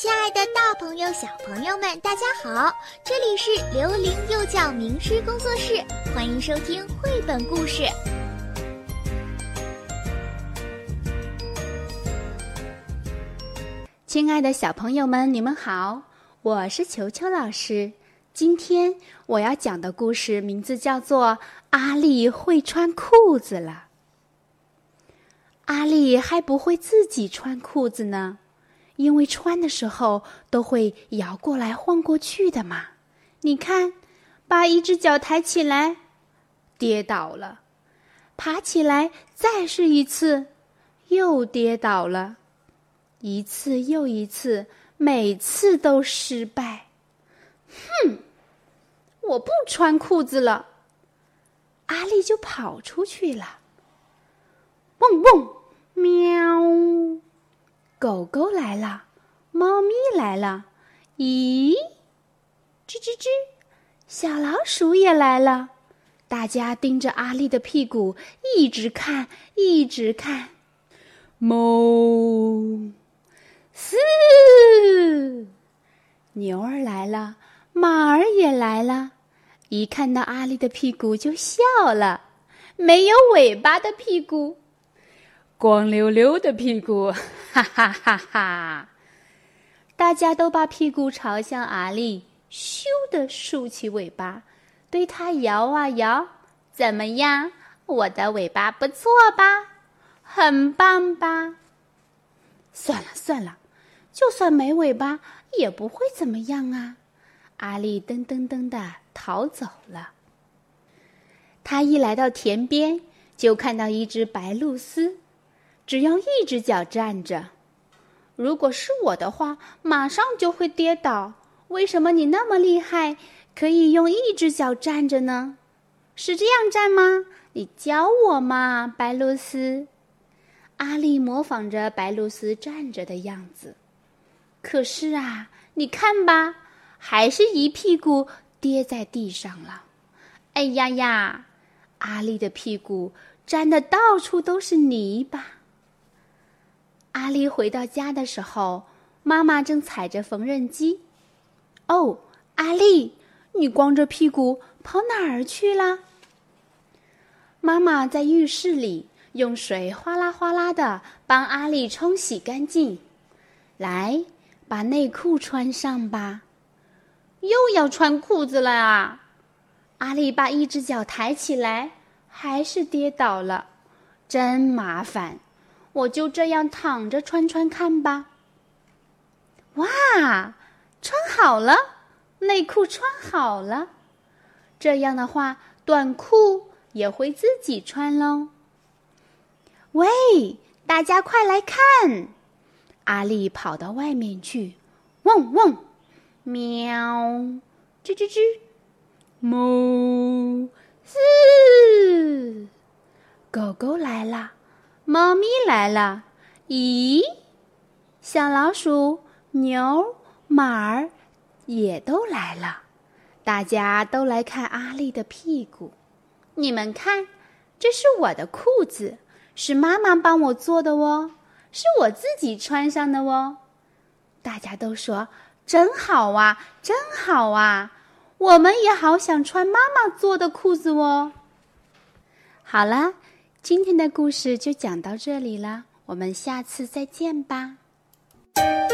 亲爱的大朋友小朋友们，大家好，这里是刘伶幼教名师工作室，欢迎收听绘本故事。 亲爱的小朋友们，你们好，我是球球老师。今天我要讲的故事名字叫做《阿丽会穿裤子了》。阿丽还不会自己穿裤子呢，因为穿的时候都会摇过来晃过去的嘛。你看，把一只脚抬起来，跌倒了；爬起来，再试一次，又跌倒了。一次又一次，每次都失败。哼，我不穿裤子了。阿丽就跑出去了。嗡嗡，喵！狗狗来了，猫咪来了，咦，吱吱吱，小老鼠也来了。大家盯着阿丽的屁股，一直看，一直看。哞！嘶！牛儿来了，马儿也来了，一看到阿丽的屁股就笑了。没有尾巴的屁股，光溜溜的屁股，哈哈哈哈！大家都把屁股朝向阿丽，咻地竖起尾巴，对它摇啊摇。怎么样？我的尾巴不错吧？很棒吧？算了算了，就算没尾巴也不会怎么样啊！阿丽噔噔噔地逃走了。她一来到田边，就看到一只白鹭鸶，只用一只脚站着。如果是我的话，马上就会跌倒。为什么你那么厉害，可以用一只脚站着呢？是这样站吗？你教我嘛，白鹭鸶。阿丽模仿着白鹭鸶站着的样子。可是啊，你看吧，还是一屁股跌在地上了。哎呀呀，阿丽的屁股沾得到处都是泥巴。阿丽回到家的时候，妈妈正踩着缝纫机。哦，阿丽，你光着屁股跑哪儿去了？妈妈在浴室里用水哗啦哗啦地帮阿丽冲洗干净。来，把内裤穿上吧。又要穿裤子了啊！阿丽把一只脚抬起来，还是跌倒了，真麻烦。我就这样躺着穿穿看吧。哇，穿好了，内裤穿好了。这样的话，短裤也会自己穿喽。喂，大家快来看！阿丽跑到外面去，汪汪，喵，吱吱吱，哞，嘶！狗狗来了，猫咪来了，咦，小老鼠、牛、马儿也都来了。大家都来看阿丽的屁股。你们看，这是我的裤子，是妈妈帮我做的哦，是我自己穿上的哦。大家都说真好啊，真好啊，我们也好想穿妈妈做的裤子哦。好了，今天的故事就讲到这里了，我们下次再见吧。